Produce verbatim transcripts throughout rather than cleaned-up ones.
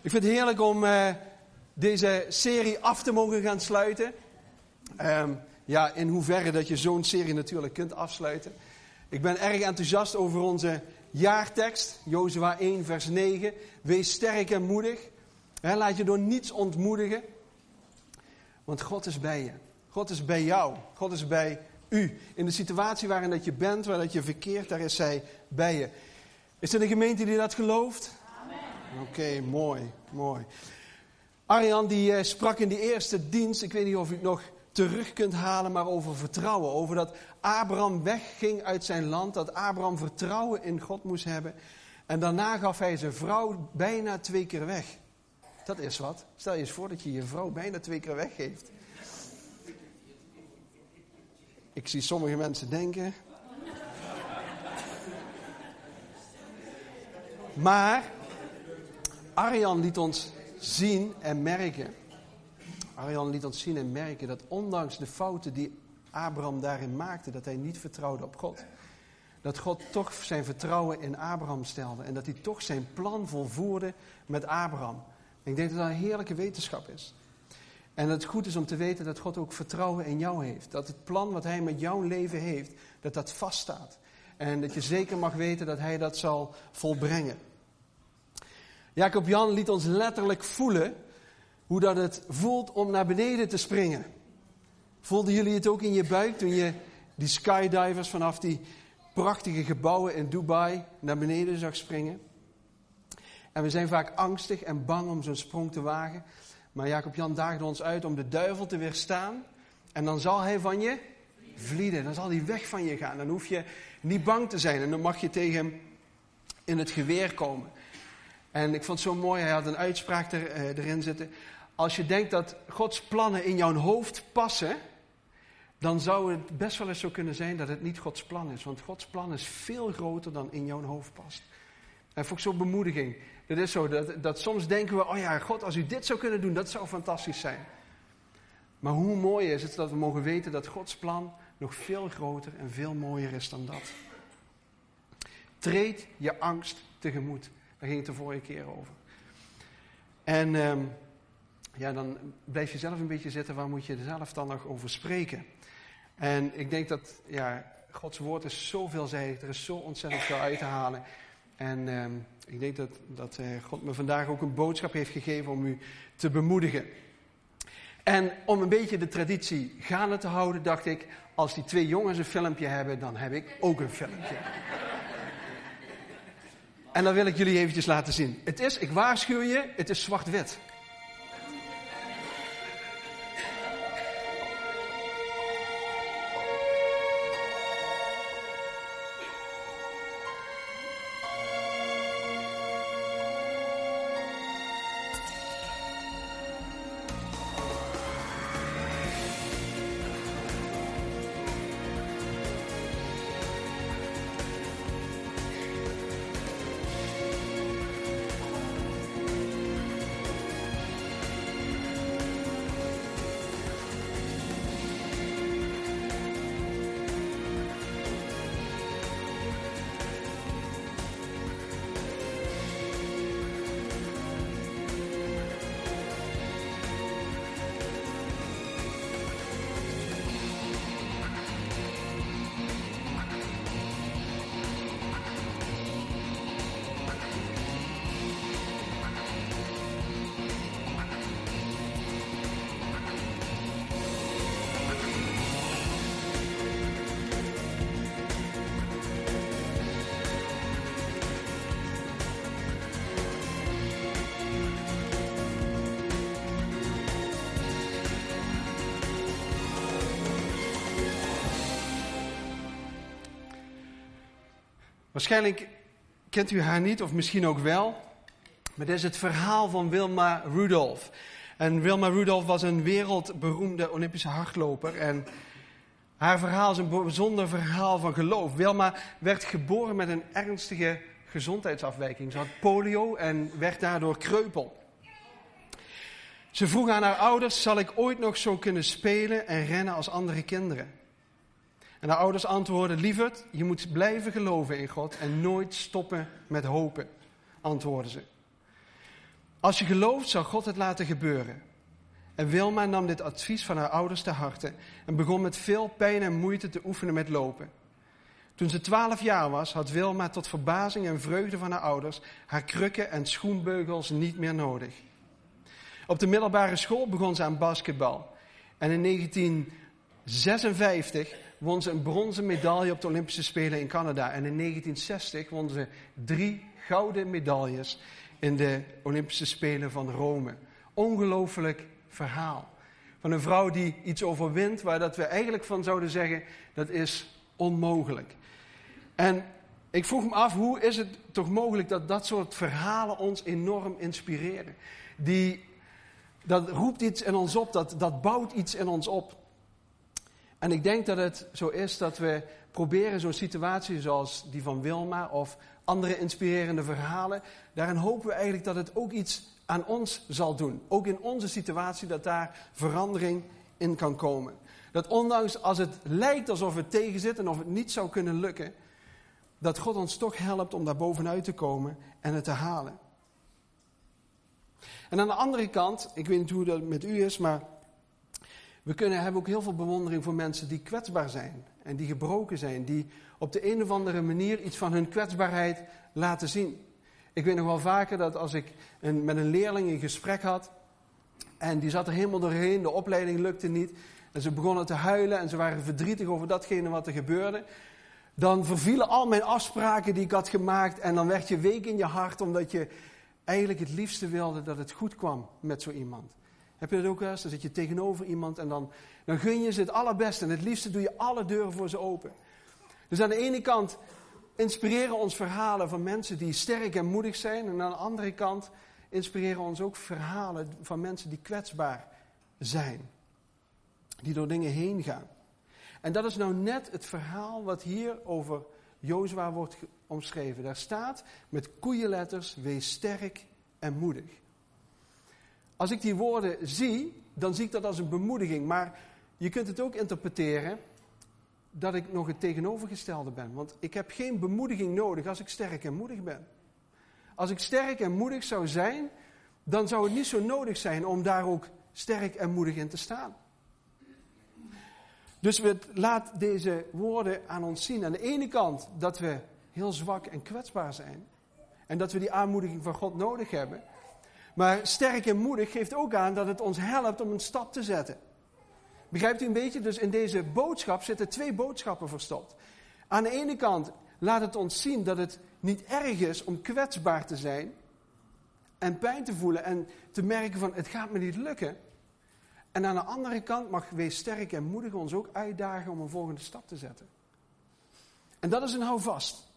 Ik vind het heerlijk om uh, deze serie af te mogen gaan sluiten. Um, ja, in hoeverre dat je zo'n serie natuurlijk kunt afsluiten. Ik ben erg enthousiast over onze jaartekst, Jozua één vers negen. Wees sterk en moedig. He, laat je door niets ontmoedigen. Want God is bij je. God is bij jou. God is bij u. In de situatie waarin dat je bent, waar dat je verkeert, daar is hij bij je. Is er een gemeente die dat gelooft? Oké, okay, mooi, mooi. Arjan die uh, sprak in die eerste dienst, ik weet niet of u het nog terug kunt halen, maar over vertrouwen. Over dat Abraham wegging uit zijn land, dat Abraham vertrouwen in God moest hebben. En daarna gaf hij zijn vrouw bijna twee keer weg. Dat is wat. Stel je eens voor dat je je vrouw bijna twee keer weggeeft. Ik zie sommige mensen denken. Maar Arjan liet ons zien en merken. Arjan liet ons zien en merken dat ondanks de fouten die Abraham daarin maakte, dat hij niet vertrouwde op God. Dat God toch zijn vertrouwen in Abraham stelde. En dat hij toch zijn plan volvoerde met Abraham. En ik denk dat dat een heerlijke wetenschap is. En dat het goed is om te weten dat God ook vertrouwen in jou heeft. Dat het plan wat hij met jouw leven heeft, dat dat vaststaat. En dat je zeker mag weten dat hij dat zal volbrengen. Jacob Jan liet ons letterlijk voelen hoe dat het voelt om naar beneden te springen. Voelden jullie het ook in je buik toen je die skydivers vanaf die prachtige gebouwen in Dubai naar beneden zag springen? En we zijn vaak angstig en bang om zo'n sprong te wagen. Maar Jacob Jan daagde ons uit om de duivel te weerstaan. En dan zal hij van je vlieden. Dan zal hij weg van je gaan. Dan hoef je niet bang te zijn. En dan mag je tegen hem in het geweer komen. En ik vond het zo mooi. Hij had een uitspraak er, uh, erin zitten. Als je denkt dat Gods plannen in jouw hoofd passen, dan zou het best wel eens zo kunnen zijn dat het niet Gods plan is. Want Gods plan is veel groter dan in jouw hoofd past. En vond ik zo'n bemoediging. Dat is zo, dat, dat soms denken we, oh ja, God, als u dit zou kunnen doen, dat zou fantastisch zijn. Maar hoe mooi is het dat we mogen weten dat Gods plan nog veel groter en veel mooier is dan dat. Treed je angst tegemoet. Daar ging het de vorige keer over. En um, ja, dan blijf je zelf een beetje zitten, waar moet je er zelf dan nog over spreken? En ik denk dat, ja, Gods woord is zo veelzijdig, er is zo ontzettend veel uit te halen. En uh, ik denk dat, dat uh, God me vandaag ook een boodschap heeft gegeven om u te bemoedigen. En om een beetje de traditie gaande te houden, dacht ik, als die twee jongens een filmpje hebben, dan heb ik ook een filmpje. En dat wil ik jullie eventjes laten zien. Het is, ik waarschuw je, het is zwart-wit. Waarschijnlijk kent u haar niet, of misschien ook wel. Maar dit is het verhaal van Wilma Rudolph. En Wilma Rudolph was een wereldberoemde Olympische hardloper. En haar verhaal is een bijzonder verhaal van geloof. Wilma werd geboren met een ernstige gezondheidsafwijking. Ze had polio en werd daardoor kreupel. Ze vroeg aan haar ouders, zal ik ooit nog zo kunnen spelen en rennen als andere kinderen? En haar ouders antwoordden, lieverd, je moet blijven geloven in God en nooit stoppen met hopen, antwoordden ze. Als je gelooft, zal God het laten gebeuren. En Wilma nam dit advies van haar ouders ter harte en begon met veel pijn en moeite te oefenen met lopen. Toen ze twaalf jaar was, had Wilma tot verbazing en vreugde van haar ouders haar krukken en schoenbeugels niet meer nodig. Op de middelbare school begon ze aan basketbal. En in negentien zesenvijftig won ze een bronzen medaille op de Olympische Spelen in Canada. En in negentien zestig won ze drie gouden medailles in de Olympische Spelen van Rome. Ongelooflijk verhaal. Van een vrouw die iets overwint waar dat we eigenlijk van zouden zeggen, dat is onmogelijk. En ik vroeg me af, hoe is het toch mogelijk dat dat soort verhalen ons enorm inspireren? Die, dat roept iets in ons op, dat, dat bouwt iets in ons op. En ik denk dat het zo is dat we proberen zo'n situatie zoals die van Wilma of andere inspirerende verhalen, daarin hopen we eigenlijk dat het ook iets aan ons zal doen. Ook in onze situatie, dat daar verandering in kan komen. Dat ondanks als het lijkt alsof het tegen zit en of het niet zou kunnen lukken, dat God ons toch helpt om daar bovenuit te komen en het te halen. En aan de andere kant, ik weet niet hoe dat met u is, maar we kunnen, hebben ook heel veel bewondering voor mensen die kwetsbaar zijn. En die gebroken zijn, die op de een of andere manier iets van hun kwetsbaarheid laten zien. Ik weet nog wel vaker dat als ik een, met een leerling een gesprek had, en die zat er helemaal doorheen, de opleiding lukte niet, en ze begonnen te huilen en ze waren verdrietig over datgene wat er gebeurde, dan vervielen al mijn afspraken die ik had gemaakt en dan werd je week in je hart, omdat je eigenlijk het liefste wilde dat het goed kwam met zo iemand. Heb je dat ook wel eens? Dan zit je tegenover iemand en dan, dan gun je ze het allerbeste en het liefste doe je alle deuren voor ze open. Dus aan de ene kant inspireren ons verhalen van mensen die sterk en moedig zijn. En aan de andere kant inspireren ons ook verhalen van mensen die kwetsbaar zijn. Die door dingen heen gaan. En dat is nou net het verhaal wat hier over Jozua wordt omschreven. Daar staat met koeienletters, wees sterk en moedig. Als ik die woorden zie, dan zie ik dat als een bemoediging. Maar je kunt het ook interpreteren dat ik nog het tegenovergestelde ben. Want ik heb geen bemoediging nodig als ik sterk en moedig ben. Als ik sterk en moedig zou zijn, dan zou het niet zo nodig zijn om daar ook sterk en moedig in te staan. Dus we laat deze woorden aan ons zien. Aan de ene kant dat we heel zwak en kwetsbaar zijn. En dat we die aanmoediging van God nodig hebben. Maar sterk en moedig geeft ook aan dat het ons helpt om een stap te zetten. Begrijpt u een beetje? Dus in deze boodschap zitten twee boodschappen verstopt. Aan de ene kant laat het ons zien dat het niet erg is om kwetsbaar te zijn. En pijn te voelen en te merken van het gaat me niet lukken. En aan de andere kant mag wees sterk en moedig ons ook uitdagen om een volgende stap te zetten. En dat is een houvast.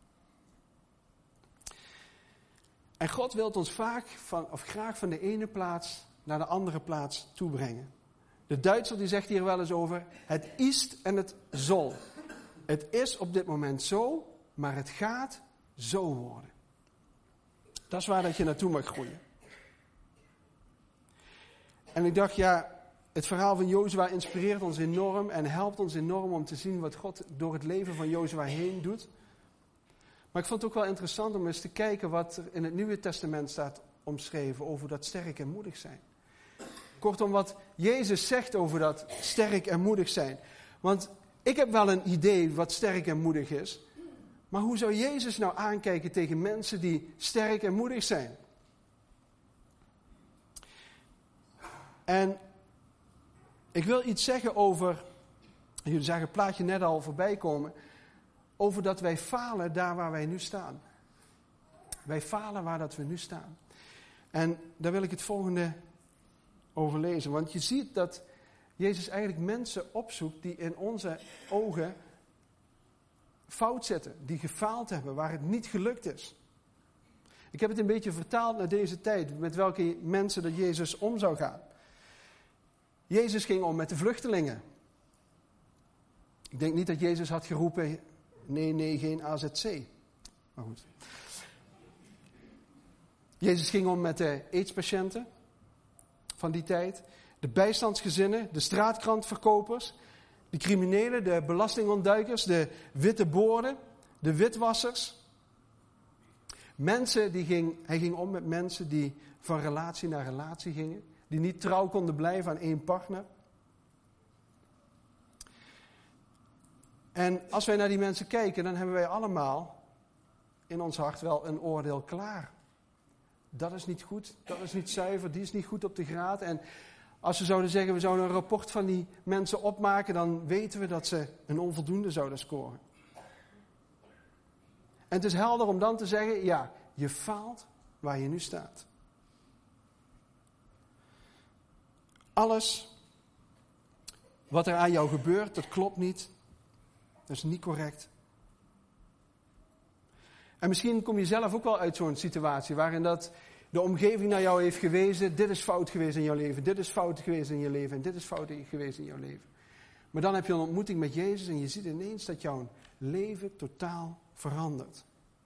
En God wil ons vaak van, of graag van de ene plaats naar de andere plaats toebrengen. De Duitser die zegt hier wel eens over, het ist en het soll. Het is op dit moment zo, maar het gaat zo worden. Dat is waar dat je naartoe mag groeien. En ik dacht, ja, het verhaal van Jozua inspireert ons enorm en helpt ons enorm om te zien wat God door het leven van Jozua heen doet. Maar ik vond het ook wel interessant om eens te kijken wat er in het Nieuwe Testament staat omschreven over dat sterk en moedig zijn. Kortom, wat Jezus zegt over dat sterk en moedig zijn. Want ik heb wel een idee wat sterk en moedig is. Maar hoe zou Jezus nou aankijken tegen mensen die sterk en moedig zijn? En ik wil iets zeggen over, jullie zagen het plaatje net al voorbij komen, over dat wij falen daar waar wij nu staan. Wij falen waar dat we nu staan. En daar wil ik het volgende over lezen. Want je ziet dat Jezus eigenlijk mensen opzoekt die in onze ogen fout zitten. Die gefaald hebben, waar het niet gelukt is. Ik heb het een beetje vertaald naar deze tijd. Met welke mensen dat Jezus om zou gaan. Jezus ging om met de vluchtelingen. Ik denk niet dat Jezus had geroepen, nee, nee, geen A Z C. Maar goed. Jezus ging om met de aidspatiënten van die tijd. De bijstandsgezinnen, de straatkrantverkopers, de criminelen, de belastingontduikers, de witte boorden, de witwassers. Mensen die ging, hij ging om met mensen die van relatie naar relatie gingen. Die niet trouw konden blijven aan één partner. En als wij naar die mensen kijken, dan hebben wij allemaal in ons hart wel een oordeel klaar. Dat is niet goed, dat is niet zuiver, die is niet goed op de graad. En als we zouden zeggen, we zouden een rapport van die mensen opmaken, dan weten we dat ze een onvoldoende zouden scoren. En het is helder om dan te zeggen, ja, je faalt waar je nu staat. Alles wat er aan jou gebeurt, dat klopt niet. Dat is niet correct. En misschien kom je zelf ook wel uit zo'n situatie waarin dat de omgeving naar jou heeft gewezen, dit is fout geweest in jouw leven, dit is fout geweest in je leven en dit is fout geweest in jouw leven. Maar dan heb je een ontmoeting met Jezus en je ziet ineens dat jouw leven totaal verandert.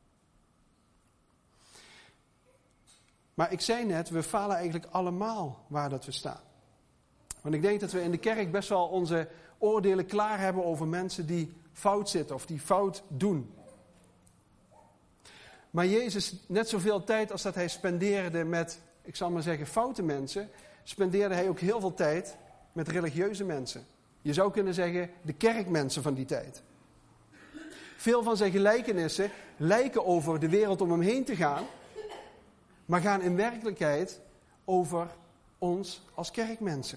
Maar ik zei net, we falen eigenlijk allemaal waar dat we staan. Want ik denk dat we in de kerk best wel onze oordelen klaar hebben over mensen die fout zitten of die fout doen. Maar Jezus, net zoveel tijd als dat hij spendeerde met, ik zal maar zeggen, foute mensen, spendeerde hij ook heel veel tijd met religieuze mensen. Je zou kunnen zeggen, de kerkmensen van die tijd. Veel van zijn gelijkenissen lijken over de wereld om hem heen te gaan, maar gaan in werkelijkheid over ons als kerkmensen.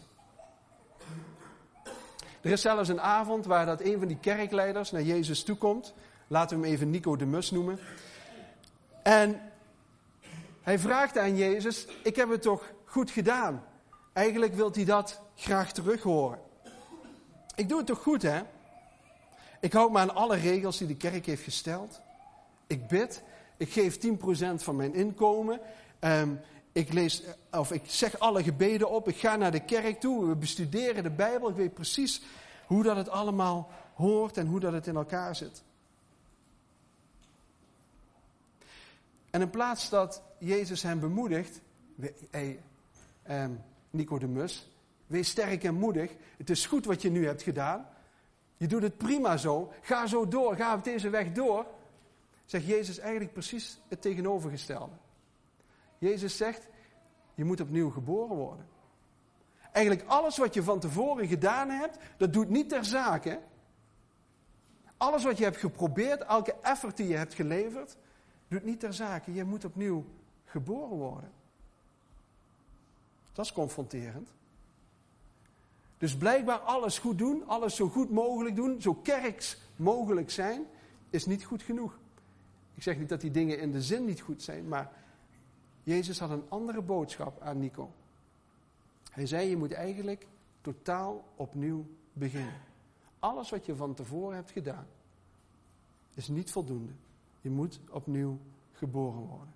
Er is zelfs een avond waar dat een van die kerkleiders naar Jezus toekomt. Laten we hem even Nicodemus noemen. En hij vraagt aan Jezus, ik heb het toch goed gedaan? Eigenlijk wil hij dat graag terug horen. Ik doe het toch goed, hè? Ik houd me aan alle regels die de kerk heeft gesteld. Ik bid, ik geef tien procent van mijn inkomen. Um, ik, lees, of ik zeg alle gebeden op, ik ga naar de kerk toe, we bestuderen de Bijbel. Ik weet precies hoe dat het allemaal hoort en hoe dat het in elkaar zit. En in plaats dat Jezus hem bemoedigt, hey, eh, Nicodemus, wees sterk en moedig. Het is goed wat je nu hebt gedaan. Je doet het prima zo. Ga zo door, ga op deze weg door. Zegt Jezus eigenlijk precies het tegenovergestelde. Jezus zegt, je moet opnieuw geboren worden. Eigenlijk alles wat je van tevoren gedaan hebt, dat doet niet ter zake. Alles wat je hebt geprobeerd, elke effort die je hebt geleverd, doet niet ter zake. Je moet opnieuw geboren worden. Dat is confronterend. Dus blijkbaar alles goed doen, alles zo goed mogelijk doen, zo kerks mogelijk zijn, is niet goed genoeg. Ik zeg niet dat die dingen in de zin niet goed zijn, maar Jezus had een andere boodschap aan Nico. Hij zei, je moet eigenlijk totaal opnieuw beginnen. Alles wat je van tevoren hebt gedaan, is niet voldoende. Je moet opnieuw geboren worden.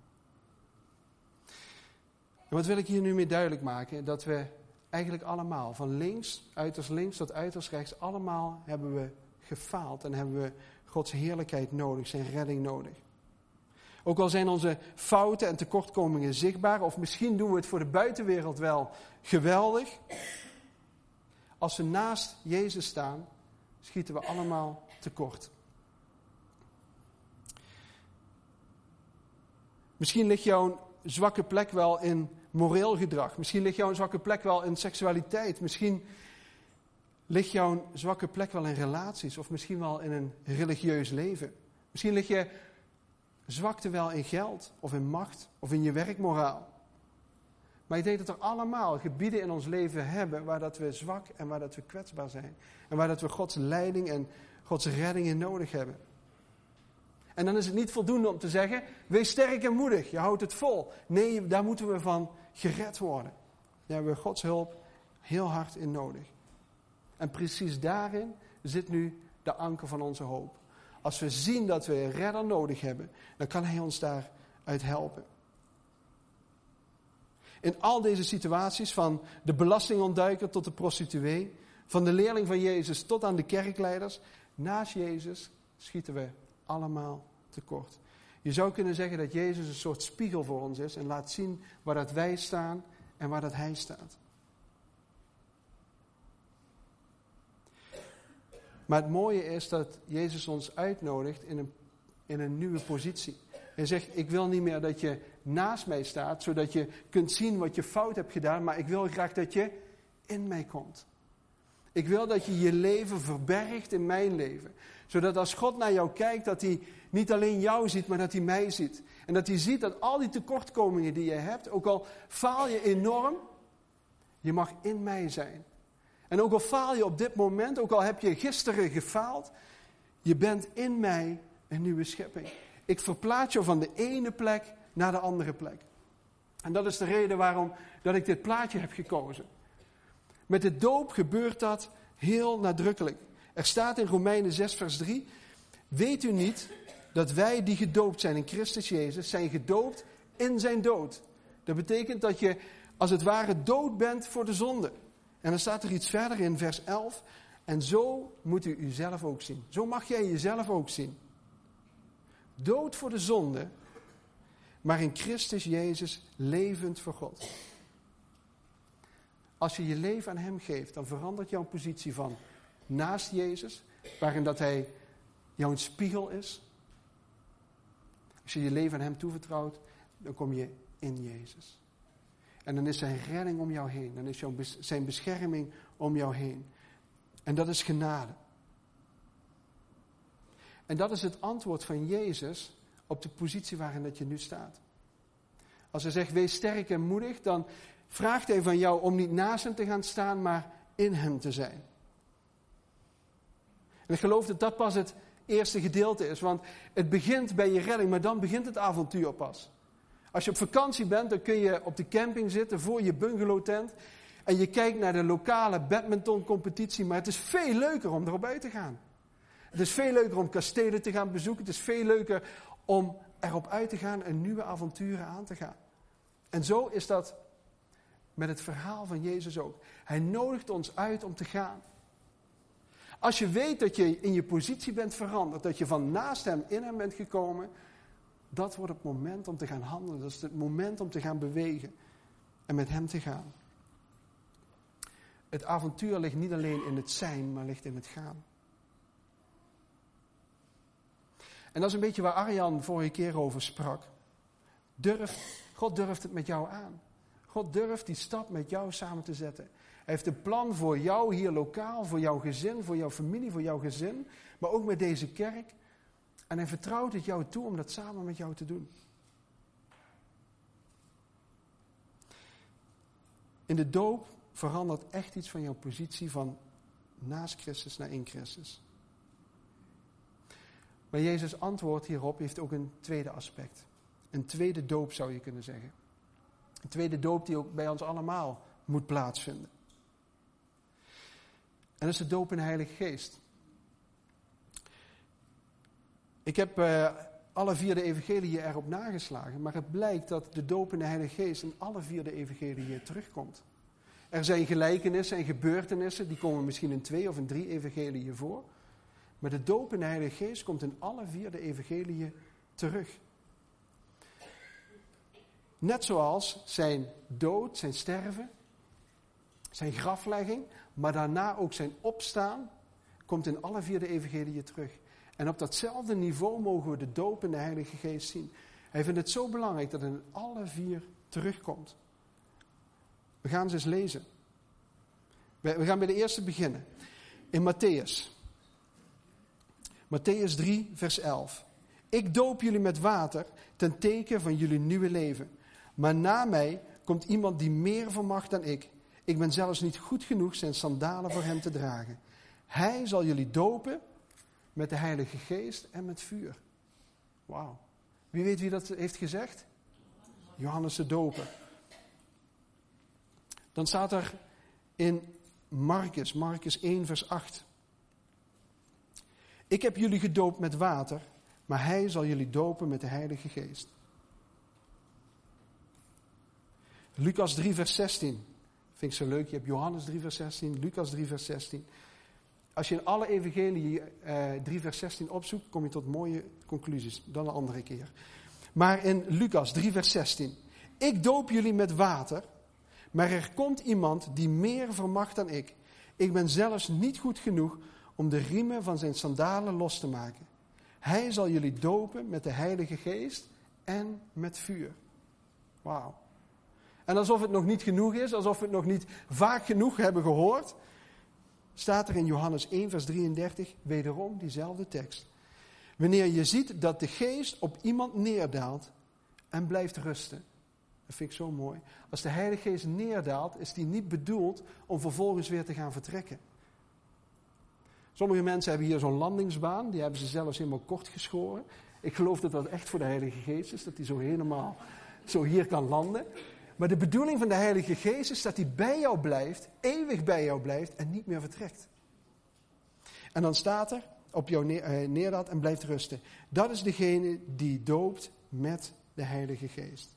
En wat wil ik hier nu mee duidelijk maken? Dat we eigenlijk allemaal, van links, uiterst links tot uiterst rechts, allemaal hebben we gefaald en hebben we Gods heerlijkheid nodig, zijn redding nodig. Ook al zijn onze fouten en tekortkomingen zichtbaar, of misschien doen we het voor de buitenwereld wel geweldig. Als we naast Jezus staan, schieten we allemaal tekort. Misschien ligt jouw zwakke plek wel in moreel gedrag. Misschien ligt jouw zwakke plek wel in seksualiteit. Misschien ligt jouw zwakke plek wel in relaties. Of misschien wel in een religieus leven. Misschien ligt je zwakte wel in geld. Of in macht. Of in je werkmoraal. Maar ik denk dat er allemaal gebieden in ons leven hebben waar dat we zwak en waar dat we kwetsbaar zijn. En waar dat we Gods leiding en Gods redding in nodig hebben. En dan is het niet voldoende om te zeggen, wees sterk en moedig, je houdt het vol. Nee, daar moeten we van gered worden. Daar hebben we Gods hulp heel hard in nodig. En precies daarin zit nu de anker van onze hoop. Als we zien dat we een redder nodig hebben, dan kan Hij ons daaruit helpen. In al deze situaties, van de belastingontduiker tot de prostituee, van de leerling van Jezus tot aan de kerkleiders, naast Jezus schieten we allemaal tekort. Je zou kunnen zeggen dat Jezus een soort spiegel voor ons is en laat zien waar dat wij staan en waar dat Hij staat. Maar het mooie is dat Jezus ons uitnodigt in een, in een nieuwe positie. Hij zegt, ik wil niet meer dat je naast mij staat, zodat je kunt zien wat je fout hebt gedaan, maar ik wil graag dat je in mij komt. Ik wil dat je je leven verbergt in mijn leven. Zodat als God naar jou kijkt, dat hij niet alleen jou ziet, maar dat hij mij ziet. En dat hij ziet dat al die tekortkomingen die je hebt, ook al faal je enorm, je mag in mij zijn. En ook al faal je op dit moment, ook al heb je gisteren gefaald, je bent in mij een nieuwe schepping. Ik verplaats je van de ene plek naar de andere plek. En dat is de reden waarom dat ik dit plaatje heb gekozen. Met de doop gebeurt dat heel nadrukkelijk. Er staat in Romeinen zes vers drie. Weet u niet dat wij die gedoopt zijn in Christus Jezus, zijn gedoopt in zijn dood. Dat betekent dat je als het ware dood bent voor de zonde. En dan staat er iets verder in vers elf. En zo moet u uzelf ook zien. Zo mag jij jezelf ook zien. Dood voor de zonde, maar in Christus Jezus levend voor God. Als je je leven aan hem geeft, dan verandert jouw positie van naast Jezus, waarin dat hij jouw spiegel is. Als je je leven aan hem toevertrouwt, dan kom je in Jezus. En dan is zijn redding om jou heen. Dan is jouw, zijn bescherming om jou heen. En dat is genade. En dat is het antwoord van Jezus op de positie waarin dat je nu staat. Als hij zegt, wees sterk en moedig, dan vraagt hij van jou om niet naast hem te gaan staan, maar in hem te zijn. En ik geloof dat dat pas het eerste gedeelte is, want het begint bij je redding, maar dan begint het avontuur pas. Als je op vakantie bent, dan kun je op de camping zitten voor je bungalowtent en je kijkt naar de lokale badmintoncompetitie, maar het is veel leuker om erop uit te gaan. Het is veel leuker om kastelen te gaan bezoeken, het is veel leuker om erop uit te gaan en nieuwe avonturen aan te gaan. En zo is dat met het verhaal van Jezus ook. Hij nodigt ons uit om te gaan. Als je weet dat je in je positie bent veranderd, dat je van naast hem in hem bent gekomen, dat wordt het moment om te gaan handelen. Dat is het moment om te gaan bewegen en met hem te gaan. Het avontuur ligt niet alleen in het zijn, maar ligt in het gaan. En dat is een beetje waar Arjan vorige keer over sprak. Durf, God durft het met jou aan. God durft die stap met jou samen te zetten. Hij heeft een plan voor jou hier lokaal, voor jouw gezin, voor jouw familie, voor jouw gezin. Maar ook met deze kerk. En hij vertrouwt het jou toe om dat samen met jou te doen. In de doop verandert echt iets van jouw positie van naast Christus naar in Christus. Maar Jezus' antwoord hierop heeft ook een tweede aspect. Een tweede doop zou je kunnen zeggen. Een tweede doop die ook bij ons allemaal moet plaatsvinden. En dat is de doop in de Heilige Geest. Ik heb uh, alle vier de evangeliën erop nageslagen, maar het blijkt dat de doop in de Heilige Geest in alle vier de evangeliën terugkomt. Er zijn gelijkenissen en gebeurtenissen, die komen misschien in twee of in drie evangeliën voor. Maar de doop in de Heilige Geest komt in alle vier de evangeliën terug. Net zoals zijn dood, zijn sterven, zijn graflegging, maar daarna ook zijn opstaan, komt in alle vier de evangeliën terug. En op datzelfde niveau mogen we de doop in de Heilige Geest zien. Hij vindt het zo belangrijk dat het in alle vier terugkomt. We gaan ze eens lezen. We gaan bij de eerste beginnen. In Matthäus. Matthäus drie, vers elf. Ik doop jullie met water ten teken van jullie nieuwe leven. Maar na mij komt iemand die meer vermag dan ik. Ik ben zelfs niet goed genoeg zijn sandalen voor hem te dragen. Hij zal jullie dopen met de Heilige Geest en met vuur. Wauw. Wie weet wie dat heeft gezegd? Johannes de Doper. Dan staat er in Markus, Markus één, vers acht. Ik heb jullie gedoopt met water, maar hij zal jullie dopen met de Heilige Geest. Lucas drie, vers zestien. Vind ik zo leuk. Je hebt Johannes drie, vers zestien, Lucas drie, vers zestien. Als je in alle evangelieën eh, drie, vers zestien opzoekt, kom je tot mooie conclusies. Dan een andere keer. Maar in Lucas drie, vers zestien. Ik doop jullie met water, maar er komt iemand die meer vermag dan ik. Ik ben zelfs niet goed genoeg om de riemen van zijn sandalen los te maken. Hij zal jullie dopen met de Heilige Geest en met vuur. Wauw. En alsof het nog niet genoeg is, alsof we het nog niet vaak genoeg hebben gehoord, staat er in Johannes één vers drieëndertig wederom diezelfde tekst. Wanneer je ziet dat de geest op iemand neerdaalt en blijft rusten. Dat vind ik zo mooi. Als de Heilige Geest neerdaalt, is die niet bedoeld om vervolgens weer te gaan vertrekken. Sommige mensen hebben hier zo'n landingsbaan, die hebben ze zelfs helemaal kort geschoren. Ik geloof dat dat echt voor de Heilige Geest is, dat hij zo helemaal zo hier kan landen. Maar de bedoeling van de Heilige Geest is dat hij bij jou blijft, eeuwig bij jou blijft en niet meer vertrekt. En dan staat er, op jou neer, neerdaalt en blijft rusten. Dat is degene die doopt met de Heilige Geest.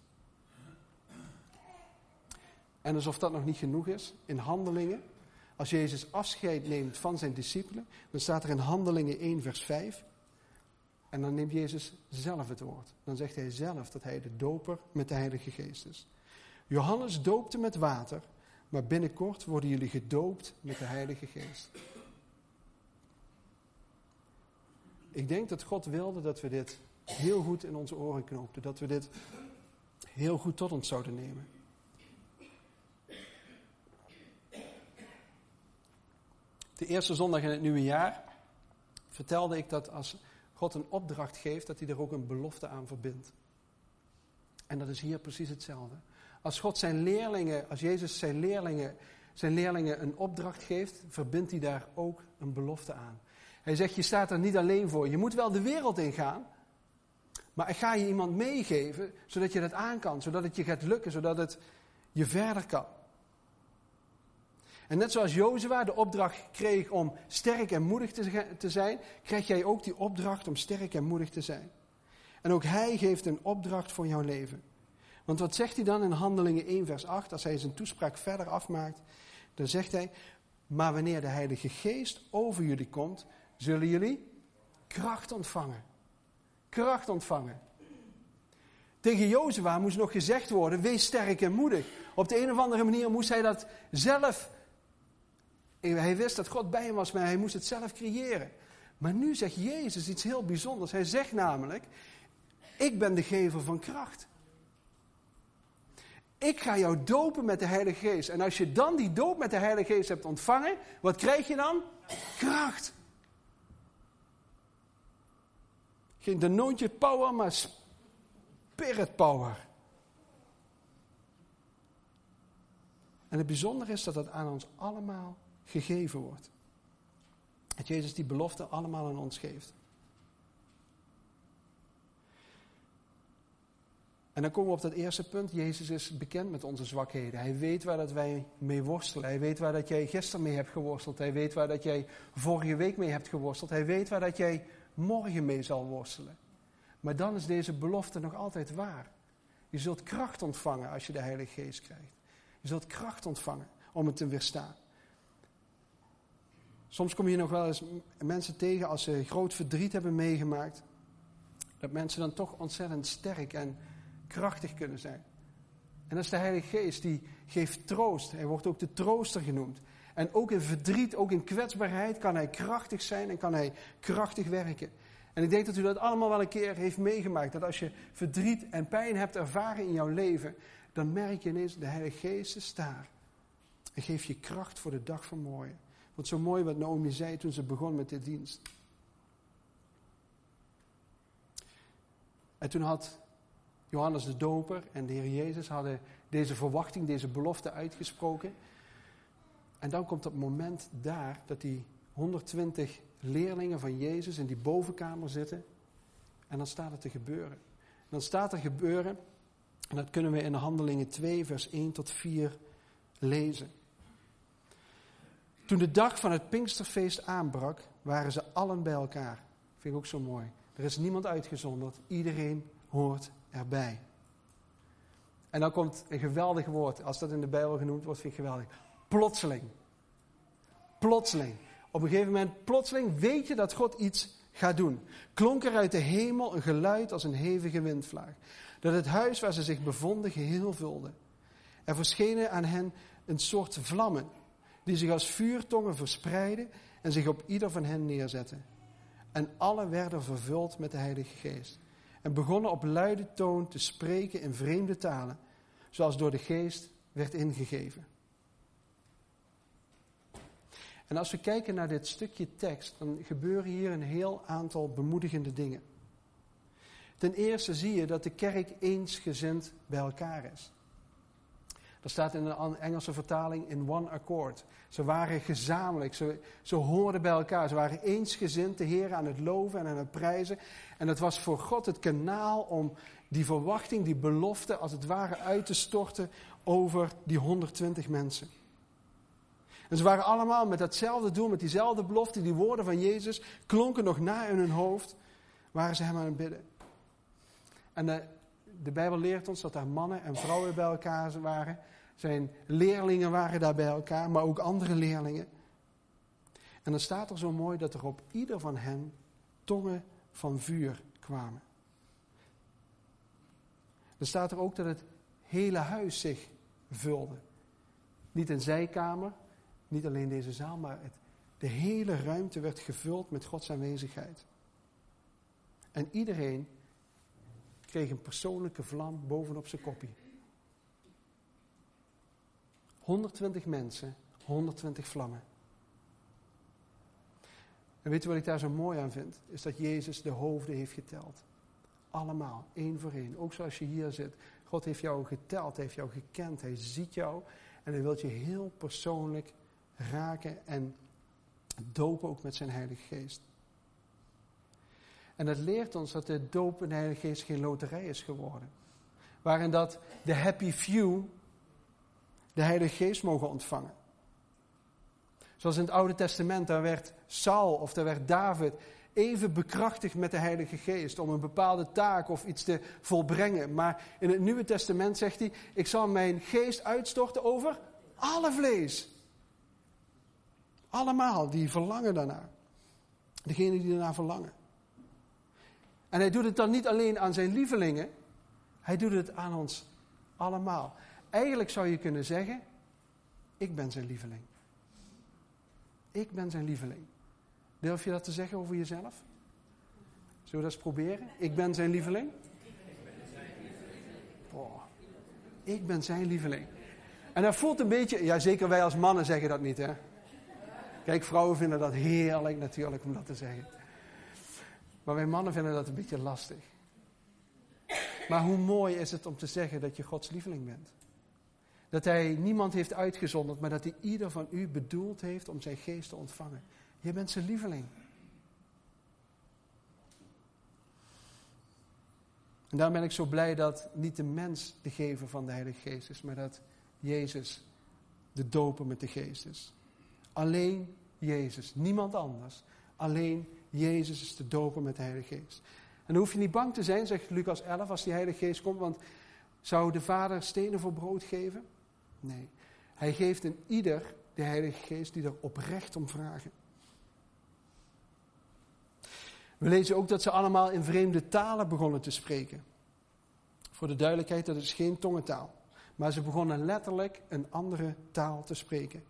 En alsof dat nog niet genoeg is, in Handelingen, als Jezus afscheid neemt van zijn discipelen, dan staat er in Handelingen één vers vijf, en dan neemt Jezus zelf het woord. Dan zegt hij zelf dat hij de doper met de Heilige Geest is. Johannes doopte met water, maar binnenkort worden jullie gedoopt met de Heilige Geest. Ik denk dat God wilde dat we dit heel goed in onze oren knoopten. Dat we dit heel goed tot ons zouden nemen. De eerste zondag in het nieuwe jaar vertelde ik dat als God een opdracht geeft, dat hij er ook een belofte aan verbindt. En dat is hier precies hetzelfde. Als God zijn leerlingen, als Jezus zijn leerlingen, zijn leerlingen een opdracht geeft, verbindt hij daar ook een belofte aan. Hij zegt, je staat er niet alleen voor. Je moet wel de wereld ingaan, maar ik ga je iemand meegeven, zodat je dat aan kan, zodat het je gaat lukken, zodat het je verder kan. En net zoals Jozua de opdracht kreeg om sterk en moedig te zijn, krijg jij ook die opdracht om sterk en moedig te zijn. En ook hij geeft een opdracht voor jouw leven. Want wat zegt hij dan in Handelingen één vers acht, als hij zijn toespraak verder afmaakt, dan zegt hij, maar wanneer de Heilige Geest over jullie komt, zullen jullie kracht ontvangen. Kracht ontvangen. Tegen Jozua moest nog gezegd worden, wees sterk en moedig. Op de een of andere manier moest hij dat zelf. Hij wist dat God bij hem was, maar hij moest het zelf creëren. Maar nu zegt Jezus iets heel bijzonders. Hij zegt namelijk, ik ben de gever van kracht. Ik ga jou dopen met de Heilige Geest. En als je dan die doop met de Heilige Geest hebt ontvangen, wat krijg je dan? Kracht. Geen denootje power, maar spirit power. En het bijzondere is dat dat aan ons allemaal gegeven wordt. Dat Jezus die belofte allemaal aan ons geeft. En dan komen we op dat eerste punt. Jezus is bekend met onze zwakheden. Hij weet waar dat wij mee worstelen. Hij weet waar dat jij gisteren mee hebt geworsteld. Hij weet waar dat jij vorige week mee hebt geworsteld. Hij weet waar dat jij morgen mee zal worstelen. Maar dan is deze belofte nog altijd waar. Je zult kracht ontvangen als je de Heilige Geest krijgt. Je zult kracht ontvangen om het te weerstaan. Soms kom je nog wel eens mensen tegen als ze groot verdriet hebben meegemaakt. Dat mensen dan toch ontzettend sterk en krachtig kunnen zijn. En dat is de Heilige Geest, die geeft troost. Hij wordt ook de trooster genoemd. En ook in verdriet, ook in kwetsbaarheid kan hij krachtig zijn en kan hij krachtig werken. En ik denk dat u dat allemaal wel een keer heeft meegemaakt. Dat als je verdriet en pijn hebt ervaren in jouw leven, dan merk je ineens, de Heilige Geest is daar. En geeft je kracht voor de dag van morgen. Want zo mooi wat Naomi zei toen ze begon met dit dienst. En toen had Johannes de Doper en de Heer Jezus hadden deze verwachting, deze belofte uitgesproken. En dan komt dat moment daar dat die honderdtwintig leerlingen van Jezus in die bovenkamer zitten. En dan staat het te gebeuren. En dan staat er gebeuren, en dat kunnen we in Handelingen twee vers één tot vier lezen. Toen de dag van het Pinksterfeest aanbrak, waren ze allen bij elkaar. Vind ik ook zo mooi. Er is niemand uitgezonderd. Iedereen hoort erbij. En dan komt een geweldig woord. Als dat in de Bijbel genoemd wordt, vind ik geweldig. Plotseling. Plotseling. Op een gegeven moment, plotseling, weet je dat God iets gaat doen. Klonk er uit de hemel een geluid als een hevige windvlaag. Dat het huis waar ze zich bevonden geheel vulde. Er verschenen aan hen een soort vlammen, die zich als vuurtongen verspreidden en zich op ieder van hen neerzetten. En alle werden vervuld met de Heilige Geest. en begonnen op luide toon te spreken in vreemde talen, zoals door de geest werd ingegeven. En als we kijken naar dit stukje tekst, dan gebeuren hier een heel aantal bemoedigende dingen. Ten eerste zie je dat de kerk eensgezind bij elkaar is. Dat staat in een Engelse vertaling in one accord. Ze waren gezamenlijk, ze, ze hoorden bij elkaar. Ze waren eensgezind de Heer aan het loven en aan het prijzen. En het was voor God het kanaal om die verwachting, die belofte, als het ware uit te storten over die honderdtwintig mensen. En ze waren allemaal met datzelfde doel, met diezelfde belofte, die woorden van Jezus klonken nog na in hun hoofd, waren ze hem aan het bidden. En de, de Bijbel leert ons dat daar mannen en vrouwen bij elkaar waren. Zijn leerlingen waren daar bij elkaar, maar ook andere leerlingen. En dan staat er zo mooi dat er op ieder van hen tongen van vuur kwamen. Dan staat er ook dat het hele huis zich vulde. Niet een zijkamer, niet alleen deze zaal, maar het, de hele ruimte werd gevuld met Gods aanwezigheid. En iedereen kreeg een persoonlijke vlam bovenop zijn koppie. honderdtwintig mensen, honderdtwintig vlammen. En weet je wat ik daar zo mooi aan vind? Is dat Jezus de hoofden heeft geteld. Allemaal, één voor één. Ook zoals je hier zit. God heeft jou geteld, heeft jou gekend. Hij ziet jou en hij wil je heel persoonlijk raken en dopen ook met zijn Heilige Geest. En dat leert ons dat de doop in de Heilige Geest geen loterij is geworden. Waarin dat de happy few de Heilige Geest mogen ontvangen. Zoals in het Oude Testament, daar werd Saul of daar werd David even bekrachtigd met de Heilige Geest om een bepaalde taak of iets te volbrengen. Maar in het Nieuwe Testament zegt hij, ik zal mijn geest uitstorten over alle vlees. Allemaal, die verlangen daarnaar. Degenen die daarnaar verlangen. En hij doet het dan niet alleen aan zijn lievelingen, hij doet het aan ons allemaal. Eigenlijk zou je kunnen zeggen, ik ben zijn lieveling. Ik ben zijn lieveling. Durf je dat te zeggen over jezelf? Zullen we dat eens proberen? Ik ben zijn lieveling? Oh, ik ben zijn lieveling. En dat voelt een beetje, ja zeker wij als mannen zeggen dat niet hè. Kijk, vrouwen vinden dat heerlijk natuurlijk om dat te zeggen. Maar wij mannen vinden dat een beetje lastig. Maar hoe mooi is het om te zeggen dat je Gods lieveling bent. Dat hij niemand heeft uitgezonderd, maar dat hij ieder van u bedoeld heeft om zijn geest te ontvangen. Je bent zijn lieveling. En daarom ben ik zo blij dat niet de mens de gever van de Heilige Geest is, maar dat Jezus de doper met de Geest is. Alleen Jezus, niemand anders. Alleen Jezus is de doper met de Heilige Geest. En dan hoef je niet bang te zijn, zegt Lucas elf, als die Heilige Geest komt, want zou de Vader stenen voor brood geven? Nee. Hij geeft in ieder de Heilige Geest die er oprecht om vragen. We lezen ook dat ze allemaal in vreemde talen begonnen te spreken. Voor de duidelijkheid, dat is geen tongentaal. Maar ze begonnen letterlijk een andere taal te spreken.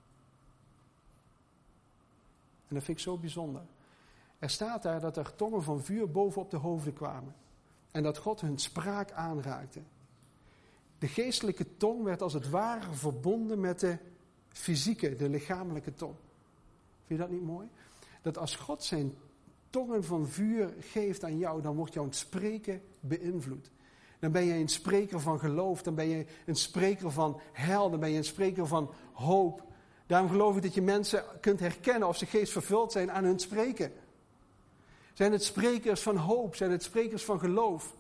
En dat vind ik zo bijzonder. Er staat daar dat er tongen van vuur bovenop de hoofden kwamen. En dat God hun spraak aanraakte. De geestelijke tong werd als het ware verbonden met de fysieke, de lichamelijke tong. Vind je dat niet mooi? Dat als God zijn tongen van vuur geeft aan jou, dan wordt jouw spreken beïnvloed. Dan ben je een spreker van geloof, dan ben je een spreker van heil, dan ben je een spreker van hoop. Daarom geloof ik dat je mensen kunt herkennen of ze geestvervuld zijn aan hun spreken. Zijn het sprekers van hoop, zijn het sprekers van geloof.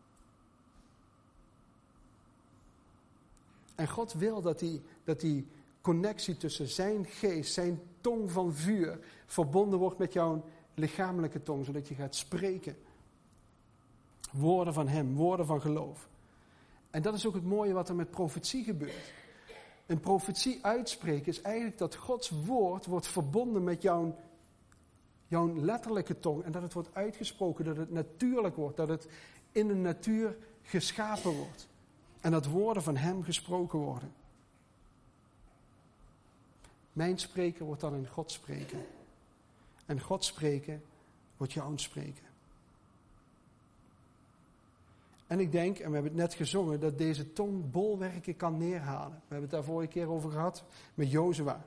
En God wil dat die, dat die connectie tussen zijn geest, zijn tong van vuur, verbonden wordt met jouw lichamelijke tong, zodat je gaat spreken. Woorden van hem, woorden van geloof. En dat is ook het mooie wat er met profetie gebeurt. Een profetie uitspreken is eigenlijk dat Gods woord wordt verbonden met jouw, jouw letterlijke tong. En dat het wordt uitgesproken, dat het natuurlijk wordt, dat het in de natuur geschapen wordt. En dat woorden van hem gesproken worden. Mijn spreken wordt dan in God spreken. En God spreken wordt jouw spreken. En ik denk, en we hebben het net gezongen, dat deze tong bolwerken kan neerhalen. We hebben het daar vorige keer over gehad met Jozua.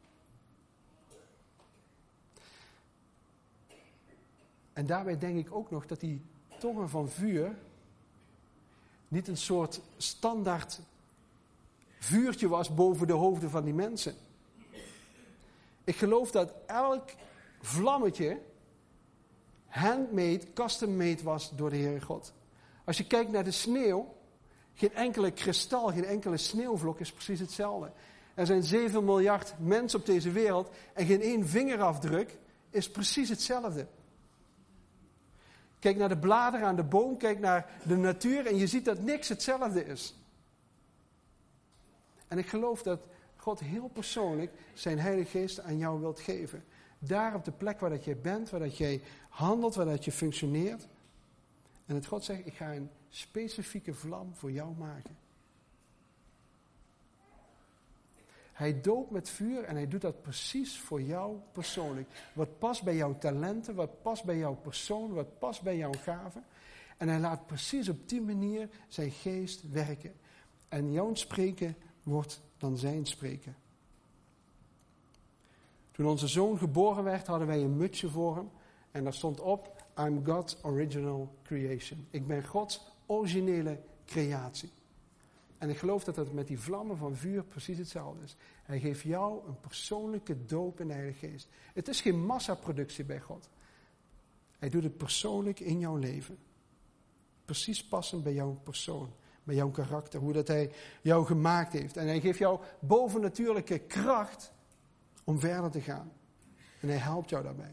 En daarbij denk ik ook nog dat die tongen van vuur niet een soort standaard vuurtje was boven de hoofden van die mensen. Ik geloof dat elk vlammetje handmade, custom-made was door de Heere God. Als je kijkt naar de sneeuw, geen enkele kristal, geen enkele sneeuwvlok is precies hetzelfde. Er zijn zeven miljard mensen op deze wereld en geen één vingerafdruk is precies hetzelfde. Kijk naar de bladeren aan de boom, kijk naar de natuur en je ziet dat niks hetzelfde is. En ik geloof dat God heel persoonlijk zijn Heilige Geest aan jou wilt geven. Daar op de plek waar dat jij bent, waar dat jij handelt, waar dat je functioneert. En dat God zegt, ik ga een specifieke vlam voor jou maken. Hij doopt met vuur en hij doet dat precies voor jou persoonlijk. Wat past bij jouw talenten, wat past bij jouw persoon, wat past bij jouw gaven. En hij laat precies op die manier zijn geest werken. En jouw spreken wordt dan zijn spreken. Toen onze zoon geboren werd, hadden wij een mutsje voor hem. En daar stond op, I'm God's original creation. Ik ben Gods originele creatie. En ik geloof dat het met die vlammen van vuur precies hetzelfde is. Hij geeft jou een persoonlijke doop in de Heilige Geest. Het is geen massaproductie bij God. Hij doet het persoonlijk in jouw leven. Precies passend bij jouw persoon, bij jouw karakter, hoe dat hij jou gemaakt heeft. En hij geeft jou bovennatuurlijke kracht om verder te gaan. En hij helpt jou daarbij.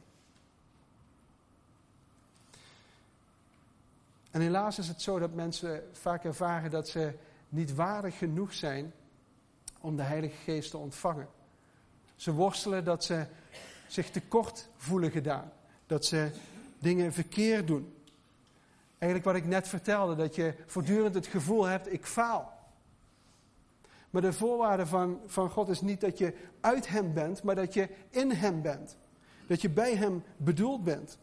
En helaas is het zo dat mensen vaak ervaren dat ze niet waardig genoeg zijn om de Heilige Geest te ontvangen. Ze worstelen dat ze zich tekort voelen gedaan. Dat ze dingen verkeerd doen. Eigenlijk wat ik net vertelde, dat je voortdurend het gevoel hebt, ik faal. Maar de voorwaarde van, van God is niet dat je uit hem bent, maar dat je in hem bent. Dat je bij hem bedoeld bent.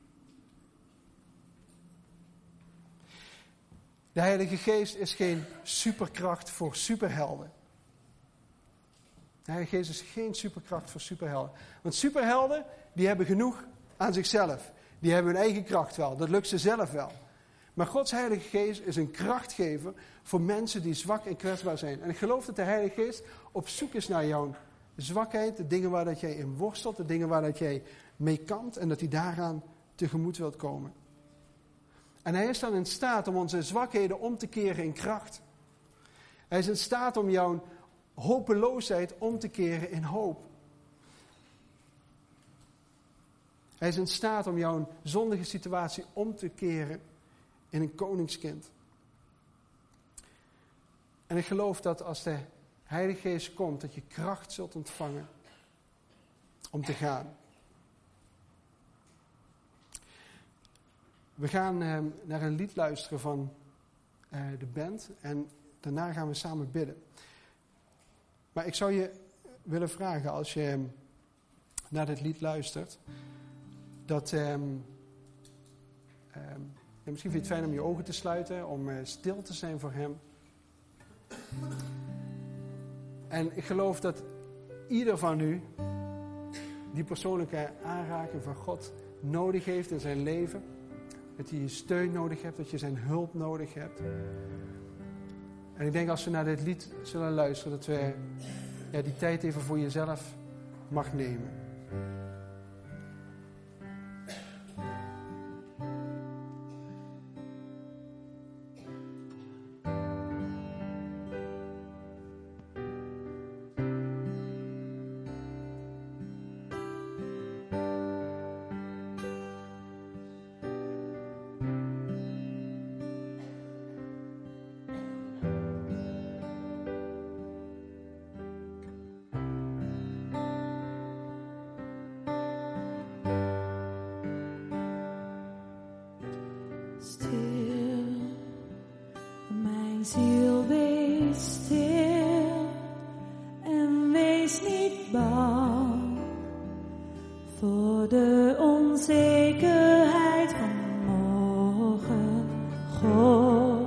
De Heilige Geest is geen superkracht voor superhelden. De Heilige Geest is geen superkracht voor superhelden. Want superhelden, die hebben genoeg aan zichzelf. Die hebben hun eigen kracht wel. Dat lukt ze zelf wel. Maar Gods Heilige Geest is een krachtgever voor mensen die zwak en kwetsbaar zijn. En ik geloof dat de Heilige Geest op zoek is naar jouw zwakheid. De dingen waar dat jij in worstelt. De dingen waar dat jij mee kampt. En dat hij daaraan tegemoet wilt komen. En hij is dan in staat om onze zwakheden om te keren in kracht. Hij is in staat om jouw hopeloosheid om te keren in hoop. Hij is in staat om jouw zondige situatie om te keren in een koningskind. En ik geloof dat als de Heilige Geest komt, dat je kracht zult ontvangen om te gaan. We gaan eh, naar een lied luisteren van eh, de band en daarna gaan we samen bidden. Maar ik zou je willen vragen, als je eh, naar dit lied luistert, dat eh, eh, ja, misschien vind je het fijn om je ogen te sluiten, om eh, stil te zijn voor hem. En ik geloof dat ieder van u die persoonlijke aanraking van God nodig heeft in zijn leven. Dat je steun nodig hebt, dat je zijn hulp nodig hebt. En ik denk als we naar dit lied zullen luisteren, dat we ja, die tijd even voor jezelf mag nemen. Ziel, wees stil en wees niet bang voor de onzekerheid van morgen. God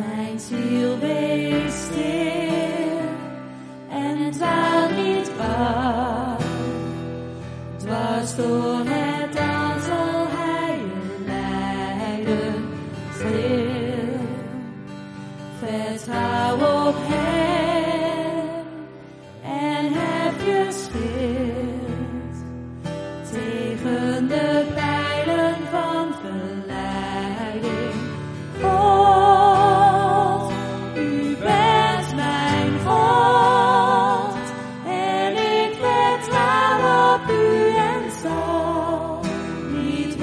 Mijn ziel wees stil en dwaal niet af. Dwars door het dal zal hij je leiden stil. Vertrouw op hem en heb je schild tegen de pijlen van verleiding. God, u bent mijn God en ik vertrouw op u en zal niet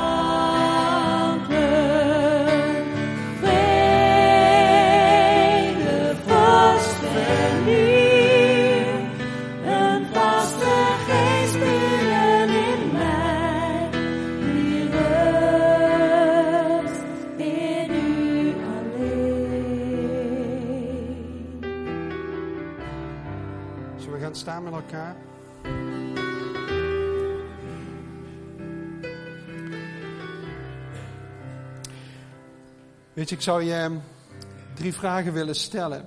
wankelen. Vrede, vorst, verliefd, een vaste geest binnen in mij, die rust in u alleen. Zullen we gaan staan met elkaar? Weet je, ik zou je drie vragen willen stellen.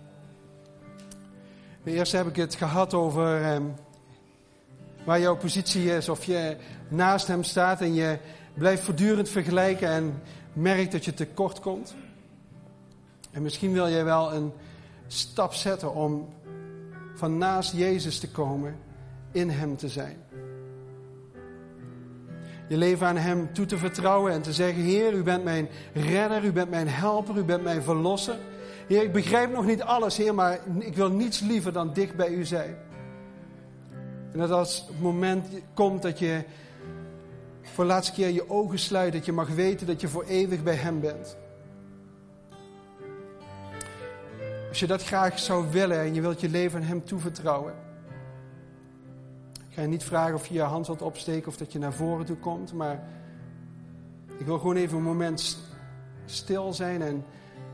De eerste heb ik het gehad over um, waar jouw positie is. Of je naast hem staat en je blijft voortdurend vergelijken en merkt dat je tekort komt. En misschien wil jij wel een stap zetten om van naast Jezus te komen, in hem te zijn. Je leven aan hem toe te vertrouwen en te zeggen: Heer, u bent mijn redder, u bent mijn helper, u bent mijn verlosser. Heer, ik begrijp nog niet alles, Heer, maar ik wil niets liever dan dicht bij u zijn. En dat als het moment komt dat je voor de laatste keer je ogen sluit, dat je mag weten dat je voor eeuwig bij hem bent. Als je dat graag zou willen en je wilt je leven aan hem toevertrouwen, ik ga je niet vragen of je je hand wilt opsteken of dat je naar voren toe komt, maar ik wil gewoon even een moment stil zijn en,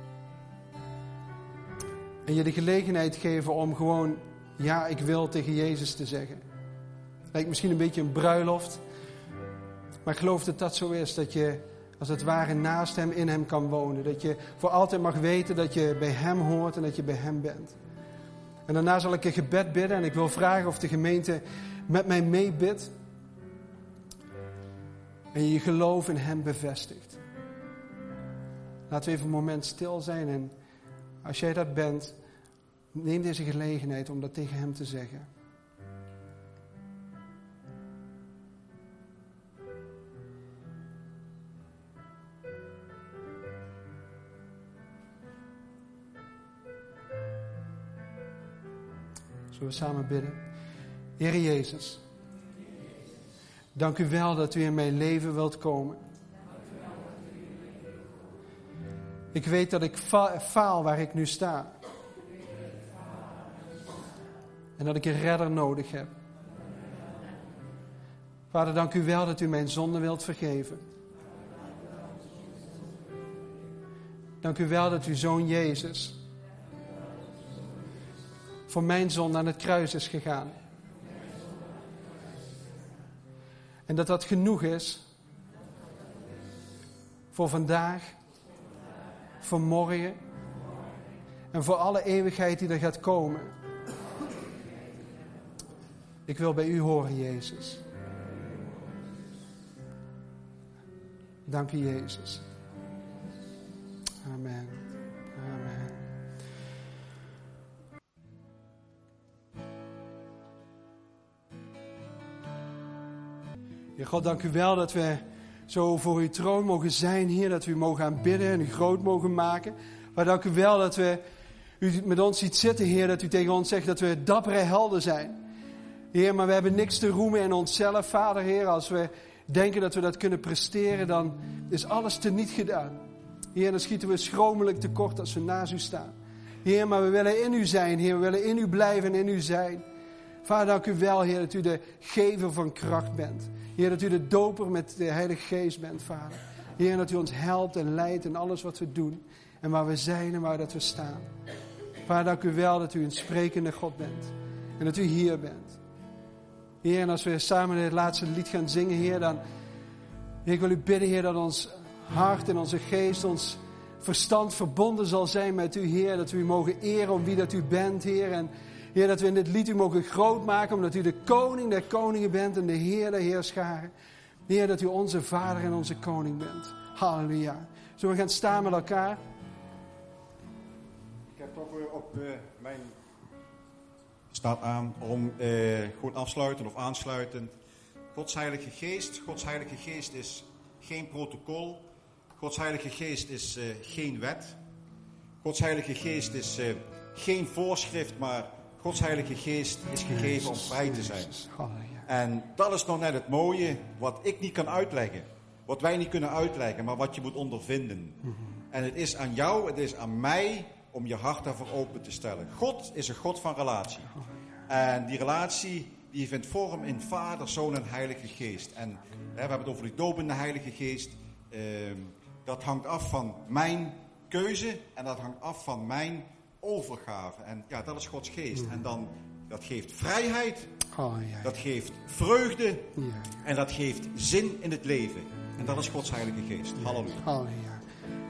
en je de gelegenheid geven om gewoon ja, ik wil tegen Jezus te zeggen. Lijkt misschien een beetje een bruiloft, maar ik geloof dat dat zo is, dat je als het ware naast hem, in hem kan wonen. Dat je voor altijd mag weten dat je bij hem hoort en dat je bij hem bent. En daarna zal ik een gebed bidden en ik wil vragen of de gemeente met mij meebidt. En je je geloof in hem bevestigt. Laten we even een moment stil zijn en als jij dat bent, neem deze gelegenheid om dat tegen hem te zeggen. Zullen we samen bidden? Heere Jezus, dank u wel dat u in mijn leven wilt komen. Ik weet dat ik fa- faal waar ik nu sta. En dat ik een redder nodig heb. Vader, dank u wel dat u mijn zonde wilt vergeven. Dank u wel dat uw Zoon Jezus voor mijn zonde aan het kruis is gegaan. En dat dat genoeg is voor vandaag, voor morgen en voor alle eeuwigheid die er gaat komen. Ik wil bij u horen, Jezus. Dank u, Jezus. Amen. Amen. Heer God, dank u wel dat we zo voor uw troon mogen zijn, Heer. Dat we u mogen aanbidden en u groot mogen maken. Maar dank u wel dat we u met ons ziet zitten, Heer. Dat u tegen ons zegt dat we dappere helden zijn. Heer, maar we hebben niks te roemen in onszelf, Vader, Heer. Als we denken dat we dat kunnen presteren, dan is alles teniet gedaan. Heer, dan schieten we schromelijk tekort als we naast u staan. Heer, maar we willen in u zijn, Heer. We willen in u blijven en in u zijn. Vader, dank u wel, Heer, dat u de gever van kracht bent. Heer, dat u de doper met de Heilige Geest bent, Vader. Heer, dat u ons helpt en leidt in alles wat we doen. En waar we zijn en waar dat we staan. Vader, dank u wel dat u een sprekende God bent. En dat u hier bent. Heer, en als we samen het laatste lied gaan zingen, Heer, dan... Heer, ik wil u bidden, Heer, dat ons hart en onze geest ons verstand verbonden zal zijn met u, Heer. Dat we u mogen eren om wie dat u bent, Heer. En Heer, dat we in dit lied u mogen groot maken, omdat u de koning der koningen bent en de Heer der heerscharen. Heer, dat u onze vader en onze koning bent. Halleluja. Zullen we gaan staan met elkaar? Ik heb toch uh, op uh, mijn... staat aan om uh, gewoon afsluiten of aansluitend. Gods Heilige Geest. Gods Heilige Geest is geen protocol. Gods Heilige Geest is uh, geen wet. Gods Heilige Geest is uh, geen voorschrift, maar Gods Heilige Geest is gegeven om vrij te zijn. En dat is nou net het mooie, wat ik niet kan uitleggen. Wat wij niet kunnen uitleggen, maar wat je moet ondervinden. En het is aan jou, het is aan mij om je hart daarvoor open te stellen. God is een God van relatie. En die relatie die vindt vorm in Vader, Zoon en Heilige Geest. En hè, we hebben het over die dopende Heilige Geest. Uh, dat hangt af van mijn keuze en dat hangt af van mijn overgave. En ja, dat is Gods Geest. En dan, dat geeft vrijheid, Oh, ja, ja. dat geeft vreugde Ja, ja. en dat geeft zin in het leven. En dat is Gods Heilige Geest. Halleluja. Halleluja.